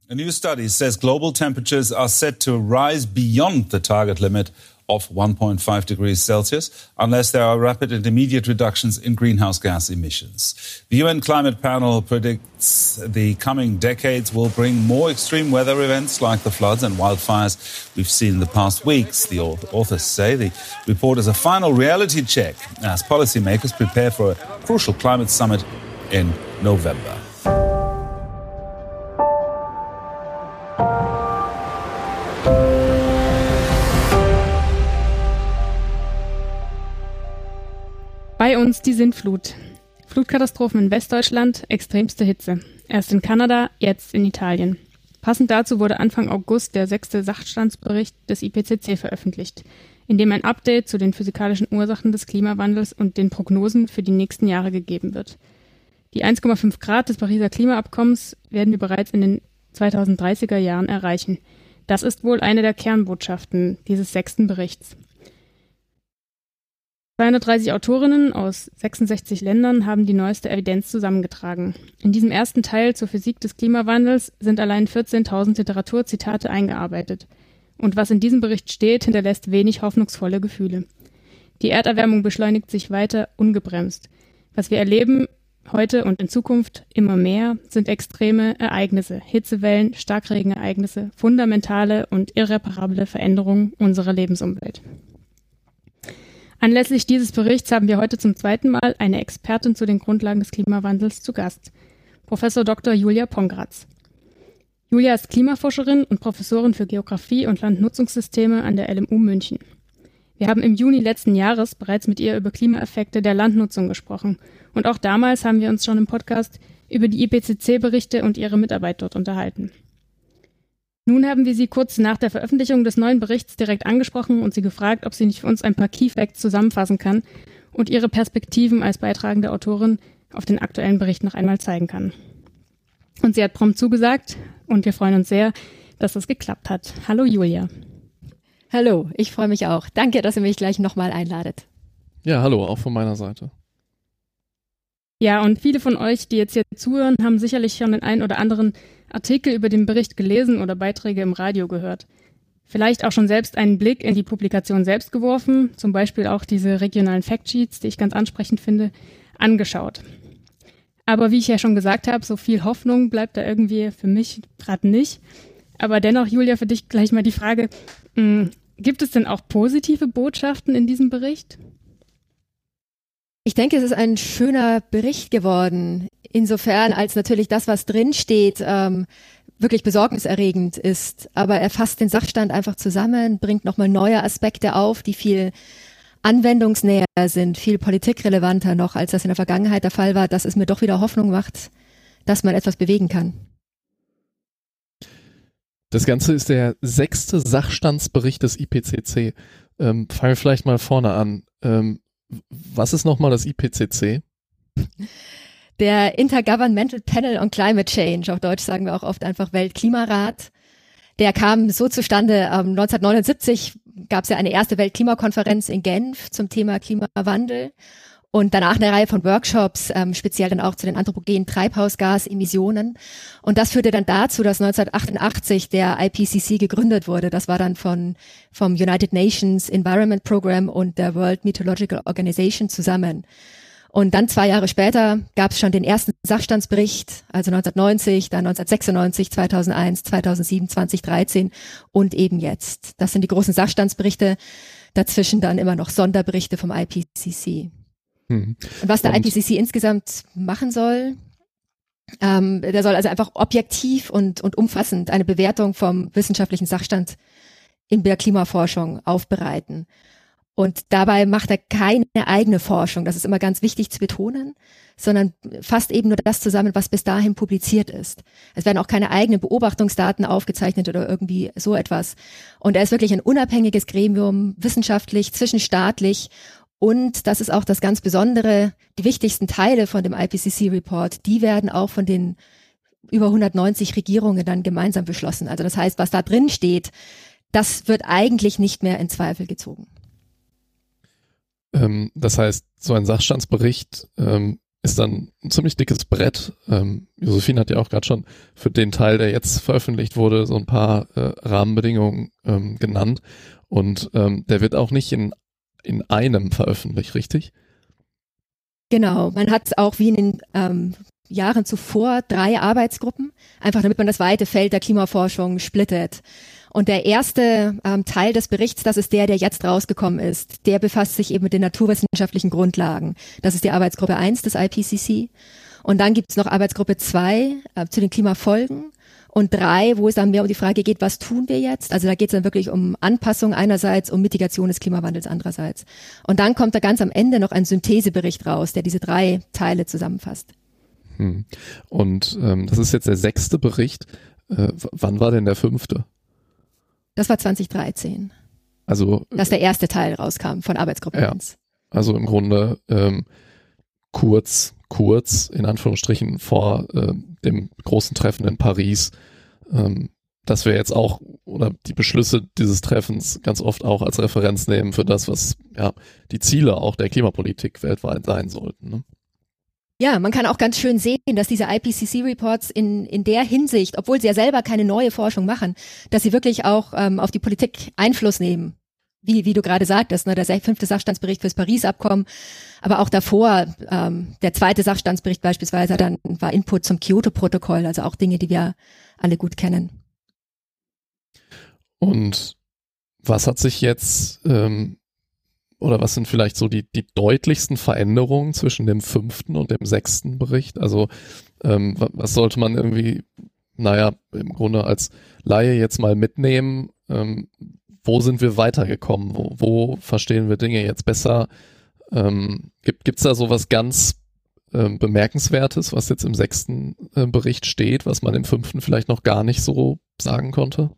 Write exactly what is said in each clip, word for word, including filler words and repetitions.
A new study says global temperatures are set to rise beyond the target limit of one point five degrees Celsius unless there are rapid and immediate reductions in greenhouse gas emissions. The U N Climate Panel predicts the coming decades will bring more extreme weather events like the floods and wildfires we've seen in the past weeks. The authors say the report is a final reality check as policymakers prepare for a crucial climate summit in November. Bei uns die Sintflut. Flutkatastrophen in Westdeutschland, extremste Hitze. Erst in Kanada, jetzt in Italien. Passend dazu wurde Anfang August der sechste Sachstandsbericht des I P C C veröffentlicht, in dem ein Update zu den physikalischen Ursachen des Klimawandels und den Prognosen für die nächsten Jahre gegeben wird. Die eins Komma fünf Grad des Pariser Klimaabkommens werden wir bereits in den zweitausenddreißiger Jahren erreichen. Das ist wohl eine der Kernbotschaften dieses sechsten Berichts. zweihundertdreißig Autorinnen aus sechsundsechzig Ländern haben die neueste Evidenz zusammengetragen. In diesem ersten Teil zur Physik des Klimawandels sind allein vierzehntausend Literaturzitate eingearbeitet. Und was in diesem Bericht steht, hinterlässt wenig hoffnungsvolle Gefühle. Die Erderwärmung beschleunigt sich weiter ungebremst. Was wir erleben, heute und in Zukunft immer mehr, sind extreme Ereignisse, Hitzewellen, Starkregenereignisse, fundamentale und irreparable Veränderungen unserer Lebensumwelt. Anlässlich dieses Berichts haben wir heute zum zweiten Mal eine Expertin zu den Grundlagen des Klimawandels zu Gast, Professor Doktor Julia Pongratz. Julia ist Klimaforscherin und Professorin für Geographie und Landnutzungssysteme an der L M U München. Wir haben im Juni letzten Jahres bereits mit ihr über Klimaeffekte der Landnutzung gesprochen und auch damals haben wir uns schon im Podcast über die I P C C-Berichte und ihre Mitarbeit dort unterhalten. Nun haben wir sie kurz nach der Veröffentlichung des neuen Berichts direkt angesprochen und sie gefragt, ob sie nicht für uns ein paar Key Facts zusammenfassen kann und ihre Perspektiven als beitragende Autorin auf den aktuellen Bericht noch einmal zeigen kann. Und sie hat prompt zugesagt und wir freuen uns sehr, dass das geklappt hat. Hallo Julia. Hallo, ich freue mich auch. Danke, dass ihr mich gleich nochmal einladet. Ja, hallo, auch von meiner Seite. Ja, und viele von euch, die jetzt hier zuhören, haben sicherlich schon den einen oder anderen Artikel über den Bericht gelesen oder Beiträge im Radio gehört. Vielleicht auch schon selbst einen Blick in die Publikation selbst geworfen, zum Beispiel auch diese regionalen Factsheets, die ich ganz ansprechend finde, angeschaut. Aber wie ich ja schon gesagt habe, so viel Hoffnung bleibt da irgendwie für mich gerade nicht. Aber dennoch, Julia, für dich gleich mal die Frage, mh, gibt es denn auch positive Botschaften in diesem Bericht? Ich denke, es ist ein schöner Bericht geworden, insofern als natürlich das, was drinsteht, ähm, wirklich besorgniserregend ist. Aber er fasst den Sachstand einfach zusammen, bringt nochmal neue Aspekte auf, die viel anwendungsnäher sind, viel politikrelevanter noch, als das in der Vergangenheit der Fall war, dass es mir doch wieder Hoffnung macht, dass man etwas bewegen kann. Das Ganze ist der sechste Sachstandsbericht des I P C C. Ähm, fangen wir vielleicht mal vorne an. Ähm, Was ist nochmal das I P C C? Der Intergovernmental Panel on Climate Change, auf Deutsch sagen wir auch oft einfach Weltklimarat. Der kam so zustande, ähm, neunzehnhundertneunundsiebzig gab es ja eine erste Weltklimakonferenz in Genf zum Thema Klimawandel und danach eine Reihe von Workshops, ähm, speziell dann auch zu den anthropogenen Treibhausgasemissionen. Und das führte dann dazu, dass neunzehnhundertachtundachtzig der I P C C gegründet wurde. Das war dann von vom United Nations Environment Program und der World Meteorological Organization zusammen. Und dann zwei Jahre später gab es schon den ersten Sachstandsbericht, also neunzehnhundertneunzig, dann neunzehnhundertsechsundneunzig, zweitausendeins, zweitausendsieben, zweitausenddreizehn und eben jetzt. Das sind die großen Sachstandsberichte, dazwischen dann immer noch Sonderberichte vom I P C C. Hm. Und was der und? I P C C insgesamt machen soll, ähm, der soll also einfach objektiv und, und umfassend eine Bewertung vom wissenschaftlichen Sachstand in der Klimaforschung aufbereiten. Und dabei macht er keine eigene Forschung, das ist immer ganz wichtig zu betonen, sondern fasst eben nur das zusammen, was bis dahin publiziert ist. Es werden auch keine eigenen Beobachtungsdaten aufgezeichnet oder irgendwie so etwas. Und er ist wirklich ein unabhängiges Gremium, wissenschaftlich, zwischenstaatlich. Und das ist auch das ganz Besondere, die wichtigsten Teile von dem I P C C-Report, die werden auch von den über hundertneunzig Regierungen dann gemeinsam beschlossen. Also das heißt, was da drin steht, das wird eigentlich nicht mehr in Zweifel gezogen. Das heißt, so ein Sachstandsbericht ähm, ist dann ein ziemlich dickes Brett. Ähm, Josephine hat ja auch gerade schon für den Teil, der jetzt veröffentlicht wurde, so ein paar äh, Rahmenbedingungen ähm, genannt. Und ähm, der wird auch nicht in, in einem veröffentlicht, richtig? Genau, man hat auch wie in den ähm, Jahren zuvor drei Arbeitsgruppen, einfach damit man das weite Feld der Klimaforschung splittet. Und der erste ähm, Teil des Berichts, das ist der, der jetzt rausgekommen ist, der befasst sich eben mit den naturwissenschaftlichen Grundlagen. Das ist die Arbeitsgruppe eins des I P C C. Und dann gibt es noch Arbeitsgruppe zwei äh, zu den Klimafolgen und drei, wo es dann mehr um die Frage geht, was tun wir jetzt? Also da geht es dann wirklich um Anpassung einerseits, um Mitigation des Klimawandels andererseits. Und dann kommt da ganz am Ende noch ein Synthesebericht raus, der diese drei Teile zusammenfasst. Hm. Und ähm, das ist jetzt der sechste Bericht. Äh, w- wann war denn der fünfte? Das war zwanzig dreizehn, Also, dass der erste Teil rauskam von Arbeitsgruppe Ja. eins. also im Grunde ähm, kurz, kurz in Anführungsstrichen vor äh, dem großen Treffen in Paris, ähm, dass wir jetzt auch oder die Beschlüsse dieses Treffens ganz oft auch als Referenz nehmen für das, was ja die Ziele auch der Klimapolitik weltweit sein sollten. Ne? Ja, man kann auch ganz schön sehen, dass diese I P C C-Reports in, in der Hinsicht, obwohl sie ja selber keine neue Forschung machen, dass sie wirklich auch ähm, auf die Politik Einfluss nehmen. Wie, wie du gerade sagtest, ne, der fünfte Sachstandsbericht fürs Paris-Abkommen, aber auch davor, ähm, der zweite Sachstandsbericht beispielsweise, dann war Input zum Kyoto-Protokoll, also auch Dinge, die wir alle gut kennen. Und was hat sich jetzt ähm, oder was sind vielleicht so die, die deutlichsten Veränderungen zwischen dem fünften und dem sechsten Bericht? Also ähm, was sollte man irgendwie, naja, im Grunde als Laie jetzt mal mitnehmen? Ähm, wo sind wir weitergekommen? Wo, wo verstehen wir Dinge jetzt besser? Ähm, gibt gibt's da so was ganz ähm, Bemerkenswertes, was jetzt im sechsten äh, Bericht steht, was man im fünften vielleicht noch gar nicht so sagen konnte?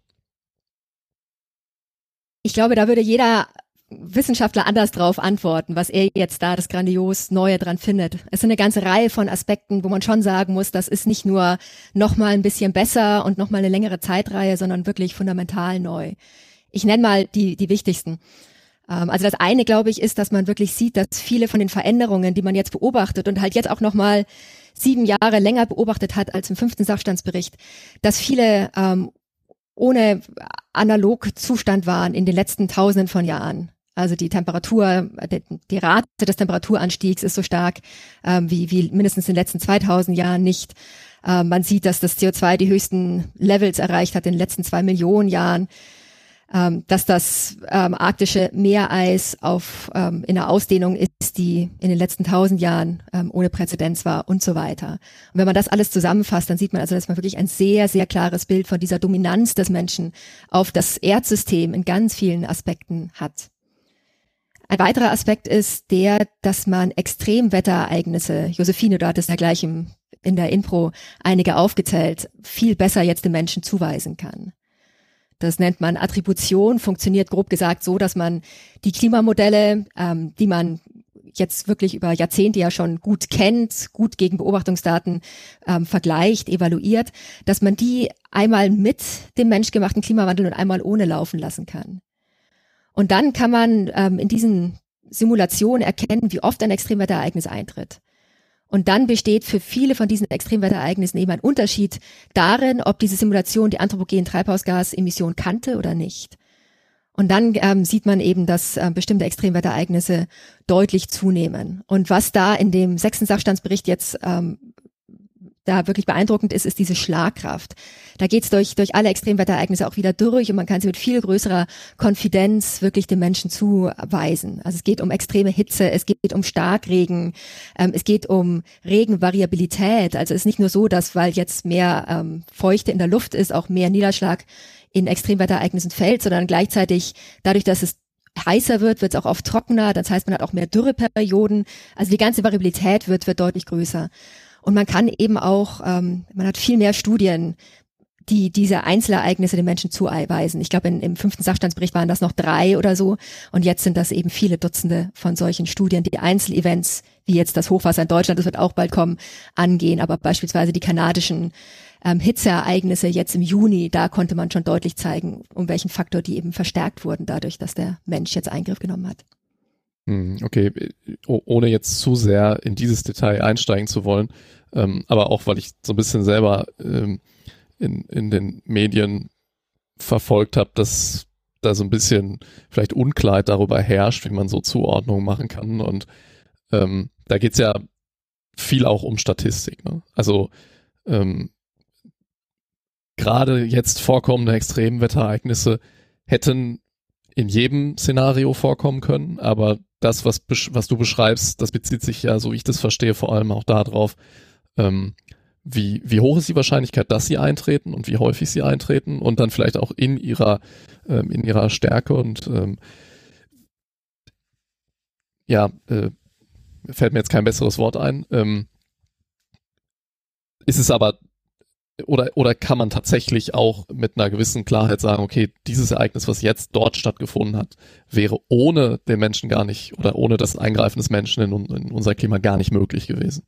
Ich glaube, da würde jeder Wissenschaftler anders drauf antworten, was er jetzt da das grandios Neue dran findet. Es sind eine ganze Reihe von Aspekten, wo man schon sagen muss, das ist nicht nur nochmal ein bisschen besser und nochmal eine längere Zeitreihe, sondern wirklich fundamental neu. Ich nenne mal die, die wichtigsten. Ähm, also das eine, glaube ich, ist, dass man wirklich sieht, dass viele von den Veränderungen, die man jetzt beobachtet und halt jetzt auch nochmal sieben Jahre länger beobachtet hat als im fünften Sachstandsbericht, dass viele ähm, ohne Analogzustand waren in den letzten Tausenden von Jahren. Also die Temperatur, die Rate des Temperaturanstiegs ist so stark ähm, wie, wie mindestens in den letzten zweitausend Jahren nicht. Ähm, man sieht, dass das C O zwei die höchsten Levels erreicht hat in den letzten zwei Millionen Jahren. Ähm, dass das ähm, arktische Meereis auf ähm, in einer Ausdehnung ist, die in den letzten tausend Jahren ähm, ohne Präzedenz war und so weiter. Und wenn man das alles zusammenfasst, dann sieht man also, dass man wirklich ein sehr, sehr klares Bild von dieser Dominanz des Menschen auf das Erdsystem in ganz vielen Aspekten hat. Ein weiterer Aspekt ist der, dass man Extremwetterereignisse, Josephine, du hattest ja gleich im, in der Intro einige aufgezählt, viel besser jetzt den Menschen zuweisen kann. Das nennt man Attribution, funktioniert grob gesagt so, dass man die Klimamodelle, ähm, die man jetzt wirklich über Jahrzehnte ja schon gut kennt, gut gegen Beobachtungsdaten ähm, vergleicht, evaluiert, dass man die einmal mit dem menschgemachten Klimawandel und einmal ohne laufen lassen kann. Und dann kann man ähm, in diesen Simulationen erkennen, wie oft ein Extremwetterereignis eintritt. Und dann besteht für viele von diesen Extremwetterereignissen eben ein Unterschied darin, ob diese Simulation die anthropogenen Treibhausgasemissionen kannte oder nicht. Und dann ähm, sieht man eben, dass äh, bestimmte Extremwetterereignisse deutlich zunehmen. Und was da in dem sechsten Sachstandsbericht jetzt ähm, da wirklich beeindruckend ist, ist diese Schlagkraft. Da geht's durch durch alle Extremwetterereignisse auch wieder durch und man kann sie mit viel größerer Konfidenz wirklich den Menschen zuweisen. Also es geht um extreme Hitze, es geht um Starkregen, ähm, es geht um Regenvariabilität. Also es ist nicht nur so, dass weil jetzt mehr ähm, Feuchte in der Luft ist, auch mehr Niederschlag in Extremwetterereignissen fällt, sondern gleichzeitig dadurch, dass es heißer wird, wird es auch oft trockener. Das heißt, man hat auch mehr Dürreperioden. Also die ganze Variabilität wird wird deutlich größer. Und man kann eben auch, ähm, man hat viel mehr Studien, die diese Einzelereignisse den Menschen zuweisen. Ich glaube, im fünften Sachstandsbericht waren das noch drei oder so. Und jetzt sind das eben viele Dutzende von solchen Studien, die Einzelevents, wie jetzt das Hochwasser in Deutschland, das wird auch bald kommen, angehen. Aber beispielsweise die kanadischen ähm, Hitzeereignisse jetzt im Juni, da konnte man schon deutlich zeigen, um welchen Faktor die eben verstärkt wurden, dadurch, dass der Mensch jetzt Eingriff genommen hat. Okay, ohne jetzt zu sehr in dieses Detail einsteigen zu wollen, ähm, aber auch, weil ich so ein bisschen selber ähm, in, in den Medien verfolgt habe, dass da so ein bisschen vielleicht Unklarheit darüber herrscht, wie man so Zuordnungen machen kann, und ähm, da geht's ja viel auch um Statistik, ne? Also ähm, gerade jetzt vorkommende Extremwetterereignisse hätten in jedem Szenario vorkommen können, aber das, was, was du beschreibst, das bezieht sich ja, so wie ich das verstehe, vor allem auch darauf, ähm, wie, wie hoch ist die Wahrscheinlichkeit, dass sie eintreten und wie häufig sie eintreten, und dann vielleicht auch in ihrer, ähm, in ihrer Stärke, und ähm, ja, äh, fällt mir jetzt kein besseres Wort ein. Ähm, ist es aber Oder, oder kann man tatsächlich auch mit einer gewissen Klarheit sagen, okay, dieses Ereignis, was jetzt dort stattgefunden hat, wäre ohne den Menschen gar nicht, oder ohne das Eingreifen des Menschen in, in unser Klima gar nicht möglich gewesen?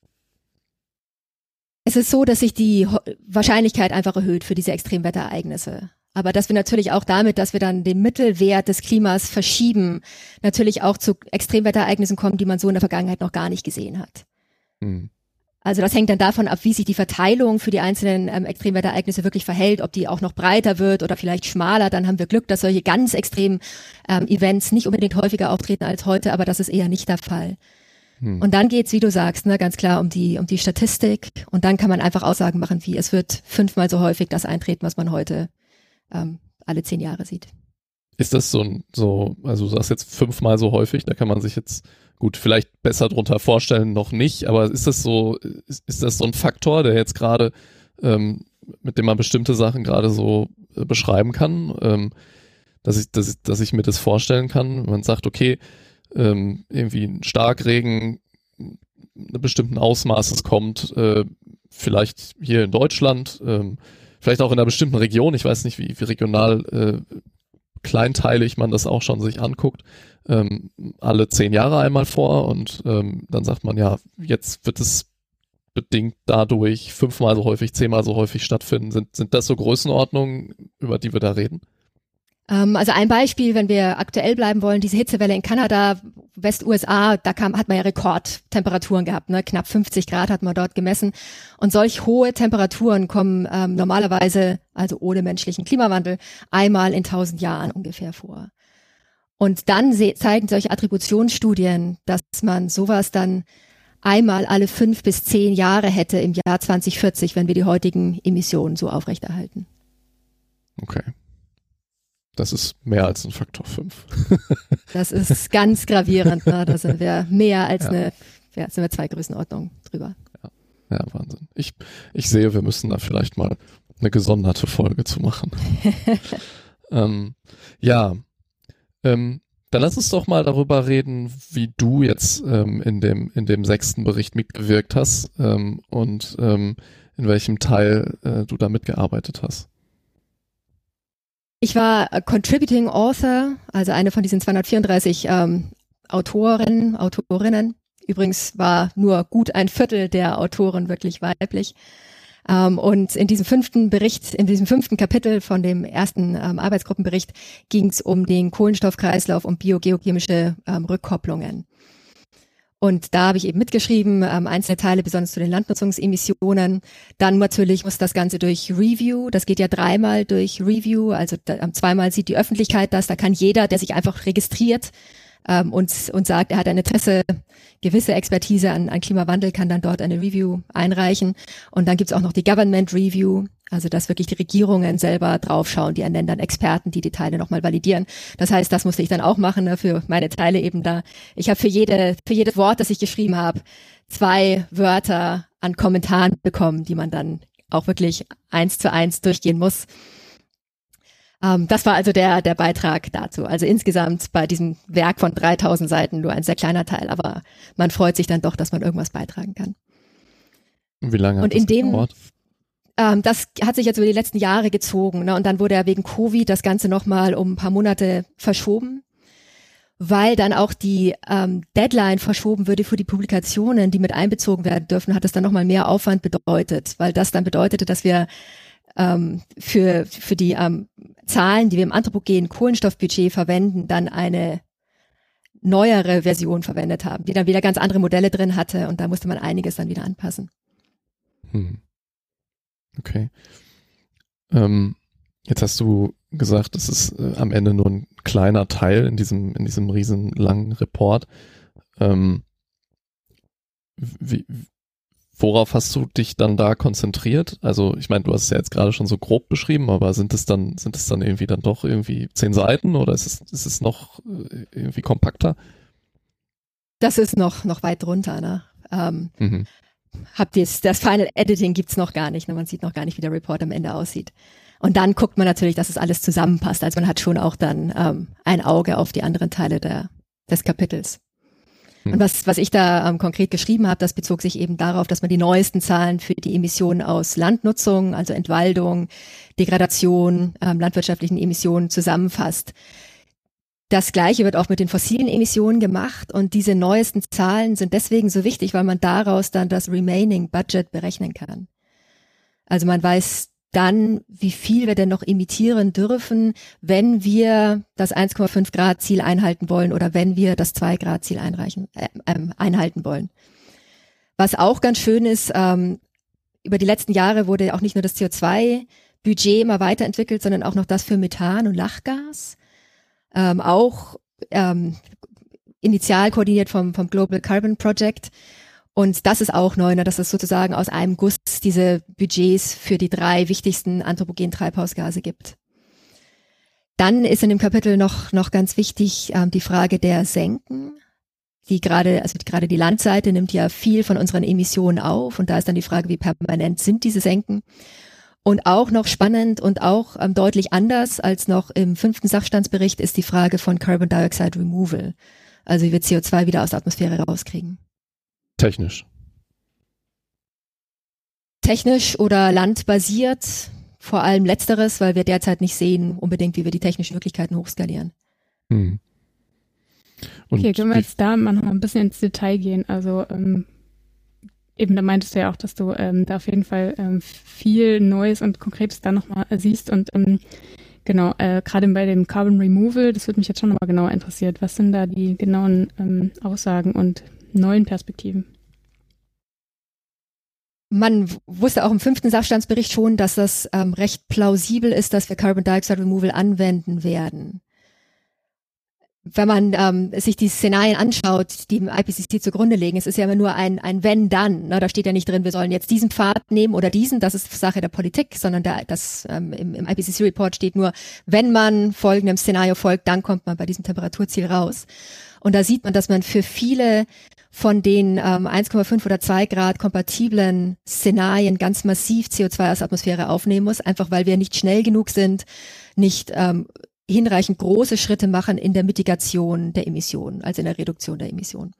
Es ist so, dass sich die Wahrscheinlichkeit einfach erhöht für diese Extremwetterereignisse. Aber dass wir natürlich auch damit, dass wir dann den Mittelwert des Klimas verschieben, natürlich auch zu Extremwetterereignissen kommen, die man so in der Vergangenheit noch gar nicht gesehen hat. Hm. Also das hängt dann davon ab, wie sich die Verteilung für die einzelnen ähm, Extremwetterereignisse wirklich verhält, ob die auch noch breiter wird oder vielleicht schmaler. Dann haben wir Glück, dass solche ganz extremen ähm, Events nicht unbedingt häufiger auftreten als heute, aber das ist eher nicht der Fall. Hm. Und dann geht's, wie du sagst, ne, ganz klar um die um die Statistik, und dann kann man einfach Aussagen machen, wie es wird fünfmal so häufig das eintreten, was man heute ähm, alle zehn Jahre sieht. Ist das so ein, so, also du sagst jetzt fünfmal so häufig, da kann man sich jetzt gut vielleicht besser drunter vorstellen, noch nicht, aber ist das so, ist, ist das so ein Faktor, der jetzt gerade, ähm, mit dem man bestimmte Sachen gerade so äh, beschreiben kann, ähm, dass ich, dass ich, dass ich mir das vorstellen kann, wenn man sagt, okay, ähm, irgendwie ein Starkregen eines bestimmten Ausmaßes kommt, äh, vielleicht hier in Deutschland, ähm, vielleicht auch in einer bestimmten Region, ich weiß nicht, wie, wie regional äh, kleinteilig man das auch schon sich anguckt, ähm, alle zehn Jahre einmal vor, und ähm, dann sagt man, ja, jetzt wird es bedingt dadurch fünfmal so häufig, zehnmal so häufig stattfinden. Sind, sind das so Größenordnungen, über die wir da reden? Ähm, also ein Beispiel, wenn wir aktuell bleiben wollen, diese Hitzewelle in Kanada, West-U S A, da kam, hat man ja Rekordtemperaturen gehabt, ne? Knapp fünfzig Grad hat man dort gemessen. Und solch hohe Temperaturen kommen ähm, normalerweise, also ohne menschlichen Klimawandel, einmal in tausend Jahren ungefähr vor. Und dann se- zeigen solche Attributionsstudien, dass man sowas dann einmal alle fünf bis zehn Jahre hätte im Jahr zwanzig vierzig, wenn wir die heutigen Emissionen so aufrechterhalten. Okay. Das ist mehr als ein Faktor fünf. Das ist ganz gravierend, ne? Da sind wir mehr als ja. eine, ja, sind wir zwei Größenordnungen drüber. Ja, ja, Wahnsinn. Ich, ich sehe, wir müssen da vielleicht mal eine gesonderte Folge zu machen. ähm, ja, ähm, dann lass uns doch mal darüber reden, wie du jetzt ähm, in dem in dem sechsten Bericht mitgewirkt hast ähm, und ähm, in welchem Teil äh, du da mitgearbeitet hast. Ich war a Contributing Author, also eine von diesen zweihundertvierunddreißig ähm, Autoren, Autorinnen. Übrigens war nur gut ein Viertel der Autoren wirklich weiblich. Ähm, und in diesem fünften Bericht, in diesem fünften Kapitel von dem ersten ähm, Arbeitsgruppenbericht ging es um den Kohlenstoffkreislauf und biogeochemische ähm, Rückkopplungen. Und da habe ich eben mitgeschrieben, ähm, einzelne Teile, besonders zu den Landnutzungsemissionen. Dann natürlich muss das Ganze durch Review, das geht ja dreimal durch Review, also da, zweimal sieht die Öffentlichkeit das, da kann jeder, der sich einfach registriert ähm, und, und sagt, er hat ein Interesse, gewisse Expertise an, an Klimawandel, kann dann dort eine Review einreichen. Und dann gibt's auch noch die Government Review, also dass wirklich die Regierungen selber draufschauen, die ernennen dann Experten, die die Teile nochmal validieren. Das heißt, das musste ich dann auch machen, ne, für meine Teile eben da. Ich habe für jede, für jedes Wort, das ich geschrieben habe, zwei Wörter an Kommentaren bekommen, die man dann auch wirklich eins zu eins durchgehen muss. Ähm, das war also der, der Beitrag dazu. Also insgesamt bei diesem Werk von dreitausend Seiten nur ein sehr kleiner Teil, aber man freut sich dann doch, dass man irgendwas beitragen kann. Wie lange hat Und das in dem, gedauert? Ähm, das hat sich jetzt über die letzten Jahre gezogen, ne? Und dann wurde ja wegen Covid das Ganze nochmal um ein paar Monate verschoben, weil dann auch die ähm, Deadline verschoben würde für die Publikationen, die mit einbezogen werden dürfen, hat es dann nochmal mehr Aufwand bedeutet, weil das dann bedeutete, dass wir ähm, für für die ähm, Zahlen, die wir im anthropogenen Kohlenstoffbudget verwenden, dann eine neuere Version verwendet haben, die dann wieder ganz andere Modelle drin hatte und da musste man einiges dann wieder anpassen. Hm. Okay. Ähm, jetzt hast du gesagt, das ist äh, am Ende nur ein kleiner Teil in diesem, in diesem riesen langen Report. Ähm, wie, worauf hast du dich dann da konzentriert? Also ich meine, du hast es ja jetzt gerade schon so grob beschrieben, aber sind es dann, sind es dann irgendwie dann doch irgendwie zehn Seiten oder ist es, ist es noch äh, irgendwie kompakter? Das ist noch, noch weit drunter, ne? Ähm, mhm. Habt ihr das Final Editing gibt's noch gar nicht, ne? Man sieht noch gar nicht, wie der Report am Ende aussieht. Und dann guckt man natürlich, dass es alles zusammenpasst. Also man hat schon auch dann ähm, ein Auge auf die anderen Teile der, des Kapitels. Und was, was ich da ähm, konkret geschrieben habe, das bezog sich eben darauf, dass man die neuesten Zahlen für die Emissionen aus Landnutzung, also Entwaldung, Degradation, ähm, landwirtschaftlichen Emissionen zusammenfasst. Das Gleiche wird auch mit den fossilen Emissionen gemacht und diese neuesten Zahlen sind deswegen so wichtig, weil man daraus dann das Remaining Budget berechnen kann. Also man weiß dann, wie viel wir denn noch emittieren dürfen, wenn wir das eins Komma fünf Grad Ziel einhalten wollen oder wenn wir das zwei Grad Ziel einreichen, äh, äh, einhalten wollen. Was auch ganz schön ist, ähm, über die letzten Jahre wurde auch nicht nur das C O zwei Budget immer weiterentwickelt, sondern auch noch das für Methan und Lachgas. Ähm, auch ähm, initial koordiniert vom, vom Global Carbon Project. Und das ist auch neu, ne, dass es sozusagen aus einem Guss diese Budgets für die drei wichtigsten anthropogenen Treibhausgase gibt. Dann ist in dem Kapitel noch, noch ganz wichtig ähm, die Frage der Senken. Die gerade, also gerade die Landseite nimmt ja viel von unseren Emissionen auf und da ist dann die Frage, wie permanent sind diese Senken. Und auch noch spannend und auch ähm, deutlich anders als noch im fünften Sachstandsbericht ist die Frage von Carbon Dioxide Removal. Also wie wir C O zwei wieder aus der Atmosphäre rauskriegen. Technisch. Technisch oder landbasiert, vor allem letzteres, weil wir derzeit nicht sehen unbedingt, wie wir die technischen Möglichkeiten hochskalieren. Hm. Okay, können wir jetzt da mal noch mal ein bisschen ins Detail gehen. Also ähm, eben, da meintest du ja auch, dass du ähm, da auf jeden Fall ähm, viel Neues und Konkretes da nochmal äh, siehst und ähm, genau, äh, gerade bei dem Carbon Removal, das würde mich jetzt schon nochmal genauer interessiert. Was sind da die genauen ähm, Aussagen und neuen Perspektiven? Man wusste auch im fünften Sachstandsbericht schon, dass das ähm, recht plausibel ist, dass wir Carbon Dioxide Removal anwenden werden. Wenn man ähm, sich die Szenarien anschaut, die im I P C C zugrunde liegen, es ist ja immer nur ein, ein Wenn-Dann. Ne? Da steht ja nicht drin, wir sollen jetzt diesen Pfad nehmen oder diesen, das ist Sache der Politik, sondern da, das ähm, im, im I P C C-Report steht nur, wenn man folgendem Szenario folgt, dann kommt man bei diesem Temperaturziel raus. Und da sieht man, dass man für viele von den ähm, eins Komma fünf oder zwei Grad kompatiblen Szenarien ganz massiv C O zwei aus der Atmosphäre aufnehmen muss, einfach weil wir nicht schnell genug sind, nicht ähm, hinreichend große Schritte machen in der Mitigation der Emissionen, also in der Reduktion der Emissionen.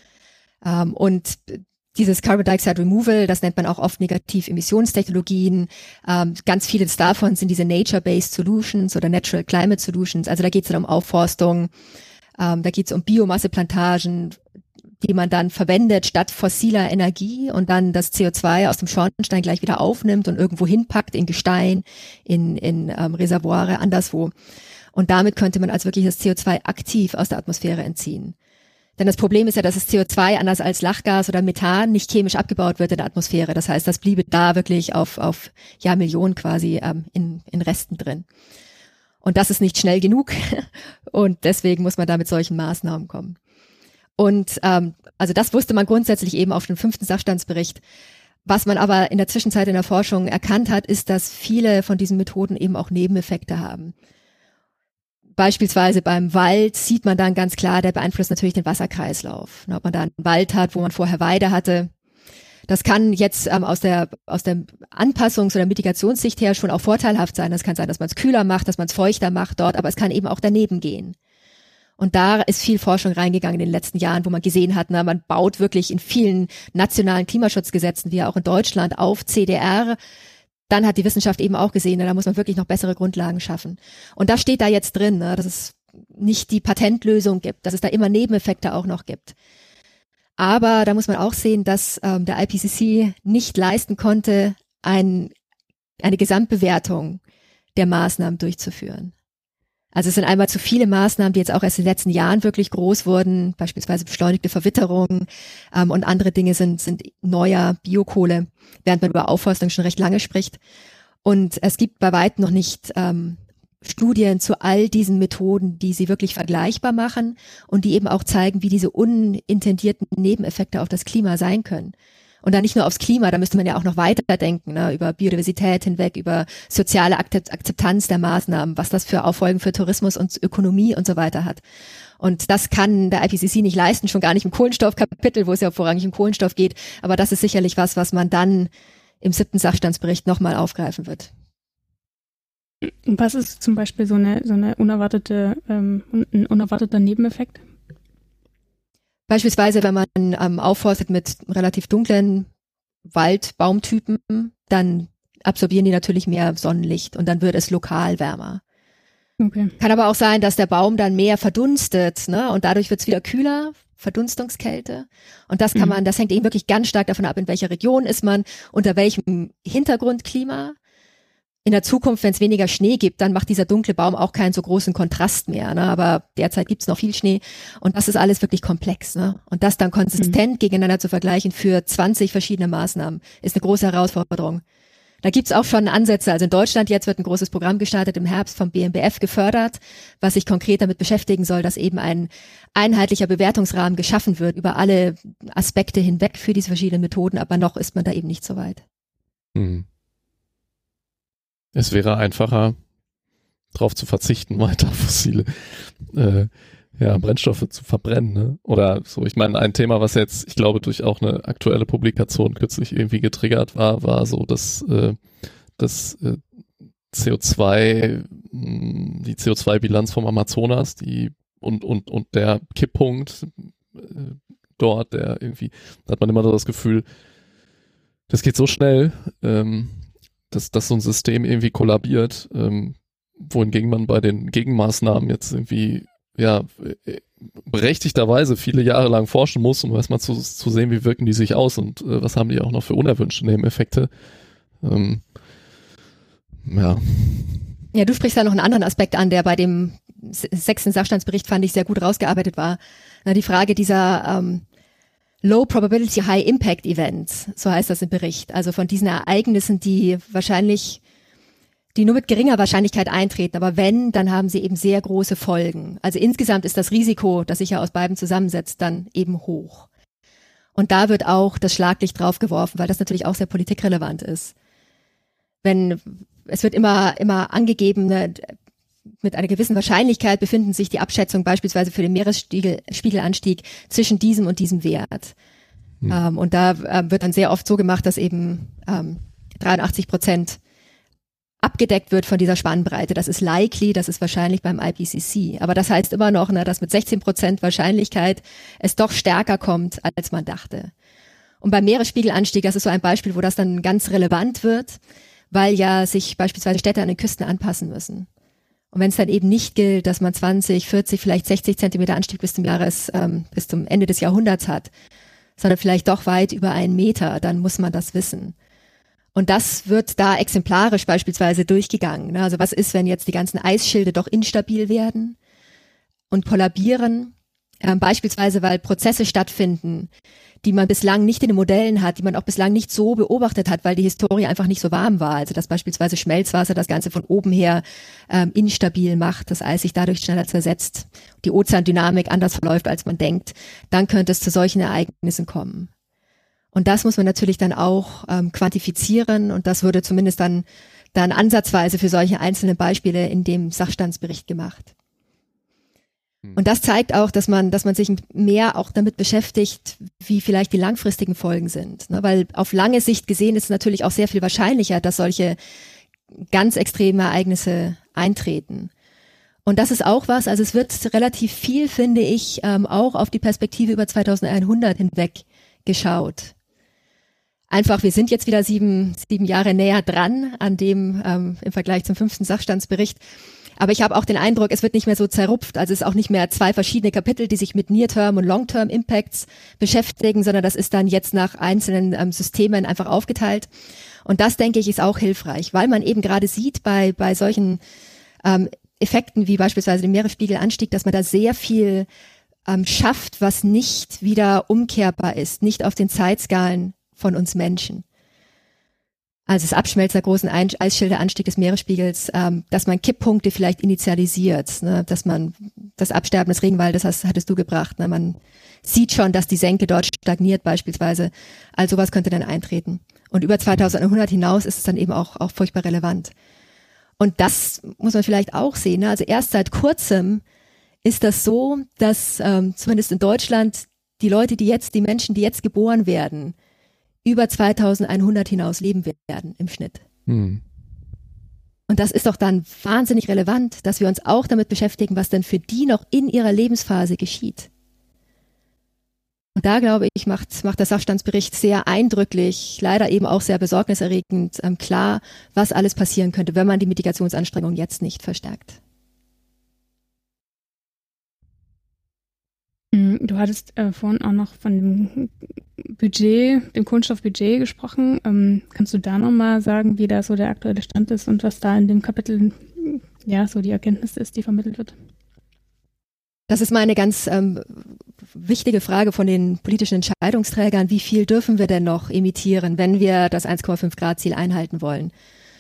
Ähm, und dieses Carbon Dioxide Removal, das nennt man auch oft Negativemissionstechnologien. Ähm, ganz viele davon sind diese Nature-Based Solutions oder Natural Climate Solutions. Also da geht es dann um Aufforstung, ähm, da geht es um Biomasseplantagen, die man dann verwendet statt fossiler Energie und dann das C O zwei aus dem Schornstein gleich wieder aufnimmt und irgendwo hinpackt in Gestein, in, in ähm, Reservoire, anderswo. Und damit könnte man also wirklich das C O zwei aktiv aus der Atmosphäre entziehen. Denn das Problem ist ja, dass das C O zwei anders als Lachgas oder Methan nicht chemisch abgebaut wird in der Atmosphäre. Das heißt, das bliebe da wirklich auf, auf ja, Millionen quasi ähm, in, in Resten drin. Und das ist nicht schnell genug und deswegen muss man da mit solchen Maßnahmen kommen. Und ähm, also das wusste man grundsätzlich eben auf dem fünften Sachstandsbericht. Was man aber in der Zwischenzeit in der Forschung erkannt hat, ist, dass viele von diesen Methoden eben auch Nebeneffekte haben. Beispielsweise beim Wald sieht man dann ganz klar, der beeinflusst natürlich den Wasserkreislauf. Ob man da einen Wald hat, wo man vorher Weide hatte. Das kann jetzt ähm, aus der aus der Anpassungs- oder Mitigationssicht her schon auch vorteilhaft sein. Das kann sein, dass man es kühler macht, dass man es feuchter macht dort, aber es kann eben auch daneben gehen. Und da ist viel Forschung reingegangen in den letzten Jahren, wo man gesehen hat, na, man baut wirklich in vielen nationalen Klimaschutzgesetzen, wie auch in Deutschland, auf C D R. Dann hat die Wissenschaft eben auch gesehen, na, da muss man wirklich noch bessere Grundlagen schaffen. Und das steht da jetzt drin, na, dass es nicht die Patentlösung gibt, dass es da immer Nebeneffekte auch noch gibt. Aber da muss man auch sehen, dass ähm, der I P C C nicht leisten konnte, ein, eine Gesamtbewertung der Maßnahmen durchzuführen. Also es sind einmal zu viele Maßnahmen, die jetzt auch erst in den letzten Jahren wirklich groß wurden, beispielsweise beschleunigte Verwitterung ähm, und andere Dinge sind, sind neuer, Biokohle, während man über Aufforstung schon recht lange spricht. Und es gibt bei weitem noch nicht ähm, Studien zu all diesen Methoden, die sie wirklich vergleichbar machen und die eben auch zeigen, wie diese unintendierten Nebeneffekte auf das Klima sein können. Und dann nicht nur aufs Klima, da müsste man ja auch noch weiterdenken, ne, über Biodiversität hinweg, über soziale Akzeptanz der Maßnahmen, was das für Auffolgen für Tourismus und Ökonomie und so weiter hat. Und das kann der I P C C nicht leisten, schon gar nicht im Kohlenstoffkapitel, wo es ja vorrangig um Kohlenstoff geht. Aber das ist sicherlich was, was man dann im siebten Sachstandsbericht nochmal aufgreifen wird. Was ist zum Beispiel so eine, so eine unerwartete, ähm, ein unerwarteter Nebeneffekt? Beispielsweise, wenn man ähm, aufforstet mit relativ dunklen Waldbaumtypen, dann absorbieren die natürlich mehr Sonnenlicht und dann wird es lokal wärmer. Okay. Kann aber auch sein, dass der Baum dann mehr verdunstet, ne? Und dadurch wird es wieder kühler, Verdunstungskälte. Und das kann man, das hängt eben wirklich ganz stark davon ab, in welcher Region ist man, unter welchem Hintergrundklima. In der Zukunft, wenn es weniger Schnee gibt, dann macht dieser dunkle Baum auch keinen so großen Kontrast mehr. Ne? Aber derzeit gibt es noch viel Schnee und das ist alles wirklich komplex. Ne? Und das dann konsistent mhm. gegeneinander zu vergleichen für zwanzig verschiedene Maßnahmen ist eine große Herausforderung. Da gibt es auch schon Ansätze. Also in Deutschland jetzt wird ein großes Programm gestartet, im Herbst vom B M B F gefördert, was sich konkret damit beschäftigen soll, dass eben ein einheitlicher Bewertungsrahmen geschaffen wird über alle Aspekte hinweg für diese verschiedenen Methoden. Aber noch ist man da eben nicht so weit. Mhm. Es wäre einfacher, darauf zu verzichten, weiter fossile äh, ja, Brennstoffe zu verbrennen. Ne? Oder so, ich meine, ein Thema, was jetzt, ich glaube, durch auch eine aktuelle Publikation kürzlich irgendwie getriggert war, war so, dass äh, das äh, C O zwei, mh, die C O zwei Bilanz vom Amazonas, die und, und, und der Kipppunkt äh, dort, der irgendwie, da hat man immer so das Gefühl, das geht so schnell, ähm, dass, dass so ein System irgendwie kollabiert, ähm, wohingegen man bei den Gegenmaßnahmen jetzt irgendwie, ja, berechtigterweise viele Jahre lang forschen muss, um erstmal zu, zu sehen, wie wirken die sich aus und äh, was haben die auch noch für unerwünschte Nebeneffekte. Ähm, ja. Ja, du sprichst da noch einen anderen Aspekt an, der bei dem sechsten Sachstandsbericht, fand ich, sehr gut rausgearbeitet war. Na, die Frage dieser ähm, Low Probability High Impact Events, so heißt das im Bericht. Also von diesen Ereignissen, die wahrscheinlich, die nur mit geringer Wahrscheinlichkeit eintreten. Aber wenn, dann haben sie eben sehr große Folgen. Also insgesamt ist das Risiko, das sich ja aus beiden zusammensetzt, dann eben hoch. Und da wird auch das Schlaglicht drauf geworfen, weil das natürlich auch sehr politikrelevant ist. Wenn, es wird immer, immer angegeben, ne, mit einer gewissen Wahrscheinlichkeit befinden sich die Abschätzungen beispielsweise für den Meeresspiegelanstieg zwischen diesem und diesem Wert. Mhm. Ähm, und da äh, wird dann sehr oft so gemacht, dass eben ähm, dreiundachtzig Prozent abgedeckt wird von dieser Spannbreite. Das ist likely, das ist wahrscheinlich beim I P C C. Aber das heißt immer noch, ne, dass mit sechzehn Prozent Wahrscheinlichkeit es doch stärker kommt, als man dachte. Und beim Meeresspiegelanstieg, das ist so ein Beispiel, wo das dann ganz relevant wird, weil ja sich beispielsweise Städte an den Küsten anpassen müssen. Und wenn es dann eben nicht gilt, dass man zwanzig, vierzig, vielleicht sechzig Zentimeter Anstieg bis zum Jahres, ähm, bis zum Ende des Jahrhunderts hat, sondern vielleicht doch weit über einen Meter, dann muss man das wissen. Und das wird da exemplarisch beispielsweise durchgegangen. Ne? Also was ist, wenn jetzt die ganzen Eisschilde doch instabil werden und kollabieren? Ähm, beispielsweise, weil Prozesse stattfinden, die man bislang nicht in den Modellen hat, die man auch bislang nicht so beobachtet hat, weil die Historie einfach nicht so warm war. Also dass beispielsweise Schmelzwasser das Ganze von oben her ähm, instabil macht, das Eis sich dadurch schneller zersetzt, die Ozeandynamik anders verläuft, als man denkt, dann könnte es zu solchen Ereignissen kommen. Und das muss man natürlich dann auch ähm, quantifizieren und das wurde zumindest dann, dann ansatzweise für solche einzelnen Beispiele in dem Sachstandsbericht gemacht. Und das zeigt auch, dass man, dass man sich mehr auch damit beschäftigt, wie vielleicht die langfristigen Folgen sind. Ne? Weil auf lange Sicht gesehen ist es natürlich auch sehr viel wahrscheinlicher, dass solche ganz extreme Ereignisse eintreten. Und das ist auch was, also es wird relativ viel, finde ich, ähm, auch auf die Perspektive über zweitausendeinhundert hinweg geschaut. Einfach, wir sind jetzt wieder sieben, sieben Jahre näher dran an dem ähm, im Vergleich zum fünften Sachstandsbericht. Aber ich habe auch den Eindruck, es wird nicht mehr so zerrupft. Also es ist auch nicht mehr zwei verschiedene Kapitel, die sich mit Near-Term und Long-Term Impacts beschäftigen, sondern das ist dann jetzt nach einzelnen ähm, Systemen einfach aufgeteilt. Und das, denke ich, ist auch hilfreich, weil man eben gerade sieht bei bei solchen ähm, Effekten wie beispielsweise dem Meeresspiegelanstieg, dass man da sehr viel ähm, schafft, was nicht wieder umkehrbar ist, nicht auf den Zeitskalen von uns Menschen. Also das Abschmelzen der großen Eisschilde, Anstieg des Meeresspiegels, ähm, dass man Kipppunkte vielleicht initialisiert, ne? Dass man das Absterben des Regenwaldes, das hattest du gebracht, ne? Man sieht schon, dass die Senke dort stagniert beispielsweise. Also sowas könnte dann eintreten. Und über zweitausendeinhundert hinaus ist es dann eben auch, auch furchtbar relevant. Und das muss man vielleicht auch sehen, ne? Also erst seit kurzem ist das so, dass ähm, zumindest in Deutschland die Leute, die jetzt, die Menschen, die jetzt geboren werden, über zweitausendeinhundert hinaus leben werden im Schnitt. Hm. Und das ist doch dann wahnsinnig relevant, dass wir uns auch damit beschäftigen, was denn für die noch in ihrer Lebensphase geschieht. Und da, glaube ich, macht, macht der Sachstandsbericht sehr eindrücklich, leider eben auch sehr besorgniserregend ähm, klar, was alles passieren könnte, wenn man die Mitigationsanstrengungen jetzt nicht verstärkt. Du hattest äh, vorhin auch noch von dem Budget, dem Kohlenstoffbudget gesprochen. Ähm, kannst du da nochmal sagen, wie da so der aktuelle Stand ist und was da in dem Kapitel, ja, so die Erkenntnis ist, die vermittelt wird? Das ist mal eine ganz ähm, wichtige Frage von den politischen Entscheidungsträgern. Wie viel dürfen wir denn noch emittieren, wenn wir das eins Komma fünf Grad Ziel einhalten wollen?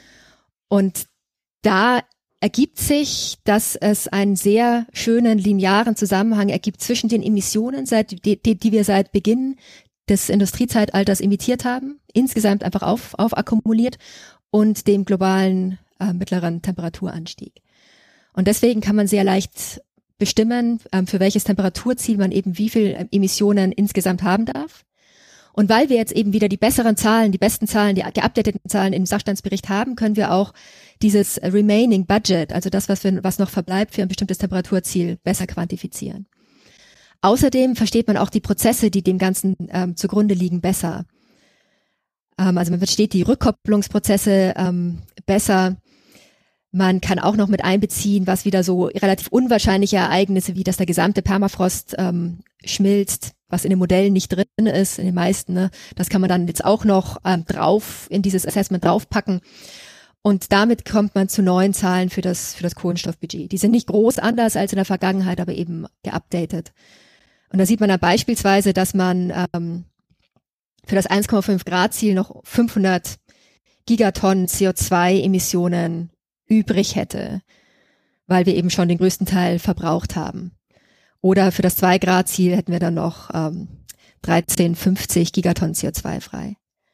Und da ergibt sich, dass es einen sehr schönen linearen Zusammenhang ergibt zwischen den Emissionen, seit, die, die, die wir seit Beginn des Industriezeitalters emittiert haben, insgesamt einfach auf, aufakkumuliert, und dem globalen äh, mittleren Temperaturanstieg. Und deswegen kann man sehr leicht bestimmen, ähm, für welches Temperaturziel man eben wie viel Emissionen insgesamt haben darf. Und weil wir jetzt eben wieder die besseren Zahlen, die besten Zahlen, die geupdateten Zahlen im Sachstandsbericht haben, können wir auch dieses Remaining Budget, also das, was, wir, was noch verbleibt für ein bestimmtes Temperaturziel, besser quantifizieren. Außerdem versteht man auch die Prozesse, die dem Ganzen ähm, zugrunde liegen, besser. Ähm, also man versteht die Rückkopplungsprozesse ähm, besser. Man kann auch noch mit einbeziehen, was wieder so relativ unwahrscheinliche Ereignisse, wie dass der gesamte Permafrost ähm, schmilzt, was in den Modellen nicht drin ist, in den meisten, ne? Das kann man dann jetzt auch noch ähm, drauf, in dieses Assessment draufpacken. Und damit kommt man zu neuen Zahlen für das, für das Kohlenstoffbudget. Die sind nicht groß anders als in der Vergangenheit, aber eben geupdatet. Und da sieht man dann beispielsweise, dass man ähm, für das eins Komma fünf Grad Ziel noch fünfhundert Gigatonnen C O zwei Emissionen übrig hätte, weil wir eben schon den größten Teil verbraucht haben. Oder für das zwei Grad Ziel hätten wir dann noch ähm, dreizehn fünfzig Gigatonnen C O zwei frei.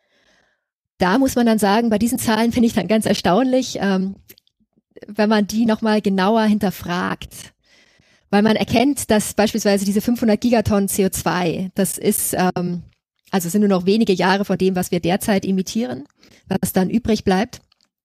Da muss man dann sagen, bei diesen Zahlen finde ich dann ganz erstaunlich, ähm, wenn man die nochmal genauer hinterfragt. Weil man erkennt, dass beispielsweise diese fünfhundert Gigatonnen C O zwei, das ist, ähm, also sind nur noch wenige Jahre von dem, was wir derzeit emittieren, was dann übrig bleibt.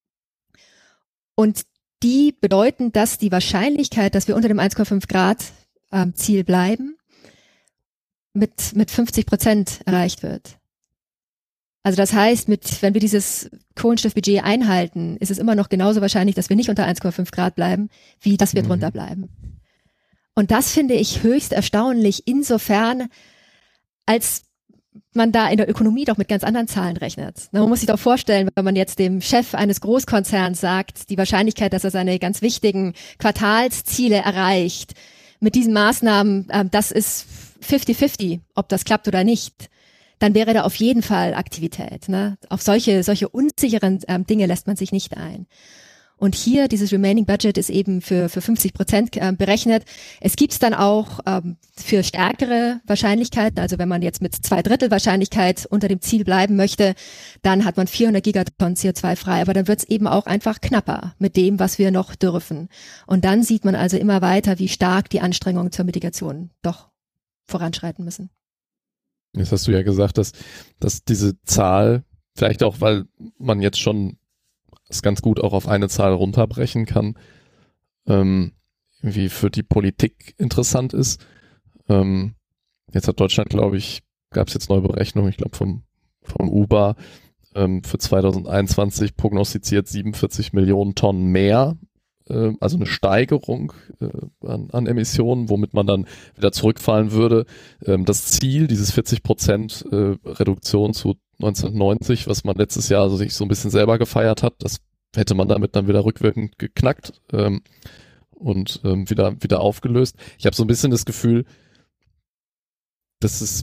Und die bedeuten, dass die Wahrscheinlichkeit, dass wir unter dem eins Komma fünf Grad ähm, Ziel bleiben, mit, mit fünfzig Prozent erreicht wird. Also das heißt, mit, wenn wir dieses Kohlenstoffbudget einhalten, ist es immer noch genauso wahrscheinlich, dass wir nicht unter eins Komma fünf Grad bleiben, wie dass wir mhm. drunter bleiben. Und das finde ich höchst erstaunlich, insofern, als man da in der Ökonomie doch mit ganz anderen Zahlen rechnet. Man muss sich doch vorstellen, wenn man jetzt dem Chef eines Großkonzerns sagt, die Wahrscheinlichkeit, dass er seine ganz wichtigen Quartalsziele erreicht, mit diesen Maßnahmen, äh, das ist fifty fifty, ob das klappt oder nicht, dann wäre da auf jeden Fall Aktivität. Ne? Auf solche, solche unsicheren ähm, Dinge lässt man sich nicht ein. Und hier, dieses Remaining Budget ist eben für, für fünfzig Prozent äh, berechnet. Es gibt's dann auch ähm, für stärkere Wahrscheinlichkeiten. Also wenn man jetzt mit zwei Drittel Wahrscheinlichkeit unter dem Ziel bleiben möchte, dann hat man vierhundert Gigatonnen C O zwei frei. Aber dann wird's eben auch einfach knapper mit dem, was wir noch dürfen. Und dann sieht man also immer weiter, wie stark die Anstrengungen zur Mitigation doch voranschreiten müssen. Jetzt hast du ja gesagt, dass, dass diese Zahl, vielleicht auch, weil man jetzt schon es ganz gut auch auf eine Zahl runterbrechen kann, ähm, irgendwie für die Politik interessant ist. Ähm, jetzt hat Deutschland, glaube ich, gab es jetzt neue Berechnungen, ich glaube vom, vom U B A, ähm, für zweitausendeinundzwanzig prognostiziert siebenundvierzig Millionen Tonnen mehr, äh, also eine Steigerung äh, an, an Emissionen, womit man dann wieder zurückfallen würde. Ähm, das Ziel, dieses vierzig Prozent äh, Reduktion zu neunzehnhundertneunzig, was man letztes Jahr also sich so ein bisschen selber gefeiert hat, das hätte man damit dann wieder rückwirkend geknackt. Ähm, und ähm, wieder wieder aufgelöst. Ich habe so ein bisschen das Gefühl, dass es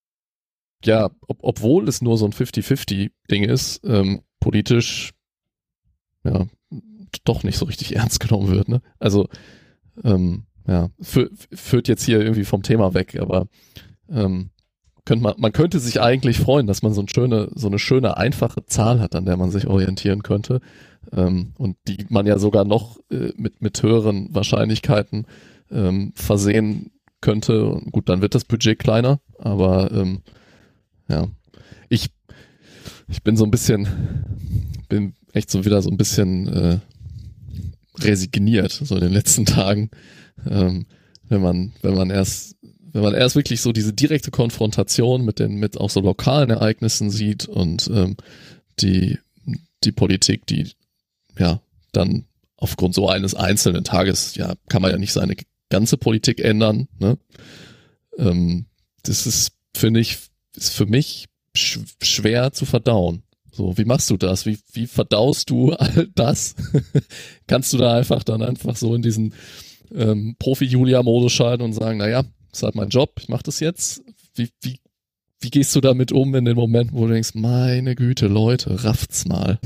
ja, ob, obwohl es nur so ein fifty-fifty-Ding ist, ähm, politisch ja doch nicht so richtig ernst genommen wird. Ne? Also ähm, ja, fü- führt jetzt hier irgendwie vom Thema weg, aber ähm, könnte man, man könnte sich eigentlich freuen, dass man so eine schöne, so eine schöne, einfache Zahl hat, an der man sich orientieren könnte ähm, und die man ja sogar noch äh, mit, mit höheren Wahrscheinlichkeiten ähm, versehen könnte. Und gut, dann wird das Budget kleiner, aber ähm, ja, ich ich bin so ein bisschen, bin echt so wieder so ein bisschen äh, resigniert so in den letzten Tagen, ähm, wenn man wenn man erst wenn man erst wirklich so diese direkte Konfrontation mit den mit auch so lokalen Ereignissen sieht und ähm, die die Politik, die ja dann aufgrund so eines einzelnen Tages, ja, kann man ja nicht seine ganze Politik ändern, ne? Ähm, das ist, finde ich, ist für mich sch- schwer zu verdauen. So, wie machst du das? Wie, wie verdaust du all das? Kannst du da einfach dann einfach so in diesen ähm, Profi-Julia-Modus schalten und sagen, naja, das ist halt mein Job, ich mach das jetzt. Wie, wie, wie gehst du damit um in den Momenten, wo du denkst, meine Güte, Leute, rafft's mal.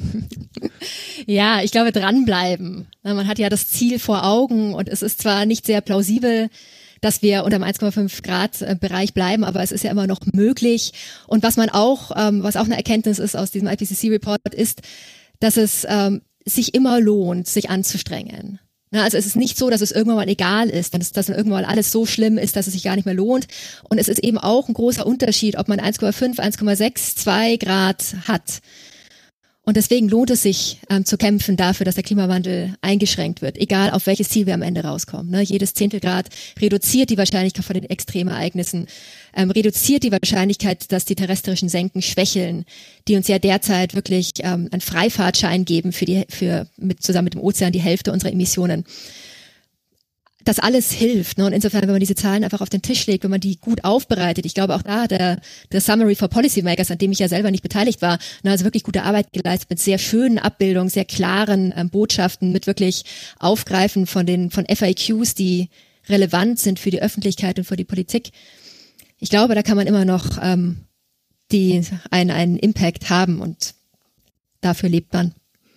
Ja, ich glaube, dranbleiben. Man hat ja das Ziel vor Augen und es ist zwar nicht sehr plausibel, dass wir unter dem eins Komma fünf Grad Bereich bleiben, aber es ist ja immer noch möglich. Und was man auch, ähm, was auch eine Erkenntnis ist aus diesem I P C C-Report, ist, dass es ähm, sich immer lohnt, sich anzustrengen. Na, also es ist nicht so, dass es irgendwann mal egal ist, dass, dass dann irgendwann mal alles so schlimm ist, dass es sich gar nicht mehr lohnt. Und es ist eben auch ein großer Unterschied, ob man eins Komma fünf, eins Komma sechs, zwei Grad hat. Und deswegen lohnt es sich ähm, zu kämpfen dafür, dass der Klimawandel eingeschränkt wird, egal auf welches Ziel wir am Ende rauskommen. Ne? Jedes Zehntelgrad reduziert die Wahrscheinlichkeit von den Extremereignissen, ähm, reduziert die Wahrscheinlichkeit, dass die terrestrischen Senken schwächeln, die uns ja derzeit wirklich ähm, einen Freifahrtschein geben für die, für mit zusammen mit dem Ozean die Hälfte unserer Emissionen. Das alles hilft. Ne? Und insofern, wenn man diese Zahlen einfach auf den Tisch legt, wenn man die gut aufbereitet, ich glaube auch da der, der Summary for Policymakers, an dem ich ja selber nicht beteiligt war, ne, also wirklich gute Arbeit geleistet mit sehr schönen Abbildungen, sehr klaren ähm, Botschaften, mit wirklich Aufgreifen von den von F A Qs, die relevant sind für die Öffentlichkeit und für die Politik. Ich glaube, da kann man immer noch ähm, die einen, einen Impact haben und dafür lebt man.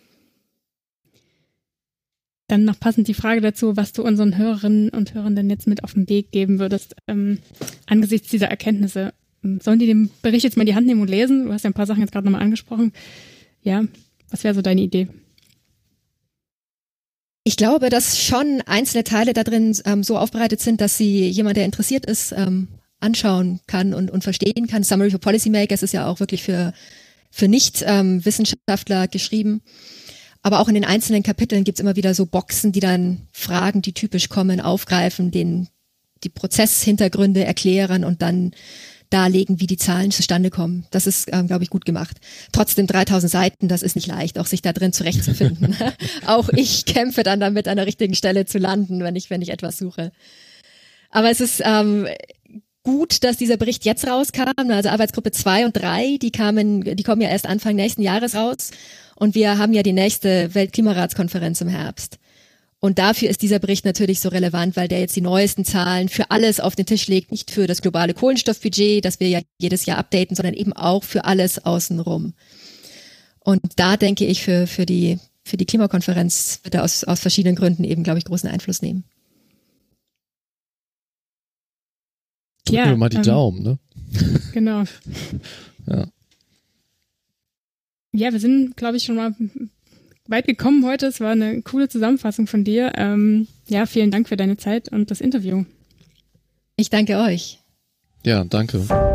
Dann noch passend die Frage dazu, was du unseren Hörerinnen und Hörern denn jetzt mit auf den Weg geben würdest, ähm, angesichts dieser Erkenntnisse. Sollen die den Bericht jetzt mal in die Hand nehmen und lesen? Du hast ja ein paar Sachen jetzt gerade nochmal angesprochen. Ja, was wäre so deine Idee? Ich glaube, dass schon einzelne Teile da drin ähm, so aufbereitet sind, dass sie jemand, der interessiert ist, ähm, anschauen kann und, und verstehen kann. Summary for Policymakers ist ja auch wirklich für, für Nicht-Wissenschaftler ähm, geschrieben. Aber auch in den einzelnen Kapiteln gibt's immer wieder so Boxen, die dann Fragen, die typisch kommen, aufgreifen, den die Prozesshintergründe erklären und dann darlegen, wie die Zahlen zustande kommen. Das ist, ähm, glaube ich, gut gemacht. Trotzdem dreitausend Seiten, das ist nicht leicht, auch sich da drin zurechtzufinden. Auch ich kämpfe dann damit, an der richtigen Stelle zu landen, wenn ich, wenn ich etwas suche. Aber es ist ähm, gut, dass dieser Bericht jetzt rauskam. Also Arbeitsgruppe zwei und drei, die kamen, die kommen ja erst Anfang nächsten Jahres raus. Und wir haben ja die nächste Weltklimaratskonferenz im Herbst. Und dafür ist dieser Bericht natürlich so relevant, weil der jetzt die neuesten Zahlen für alles auf den Tisch legt, nicht für das globale Kohlenstoffbudget, das wir ja jedes Jahr updaten, sondern eben auch für alles außenrum. Und da denke ich, für, für die, für die Klimakonferenz wird er aus, aus verschiedenen Gründen eben, glaube ich, großen Einfluss nehmen. Drücken ja, wir mal die ähm, Daumen, ne? Genau. Ja. Ja, wir sind, glaube ich, schon mal weit gekommen heute. Es war eine coole Zusammenfassung von dir. Ähm, ja, vielen Dank für deine Zeit und das Interview. Ich danke euch. Ja, danke.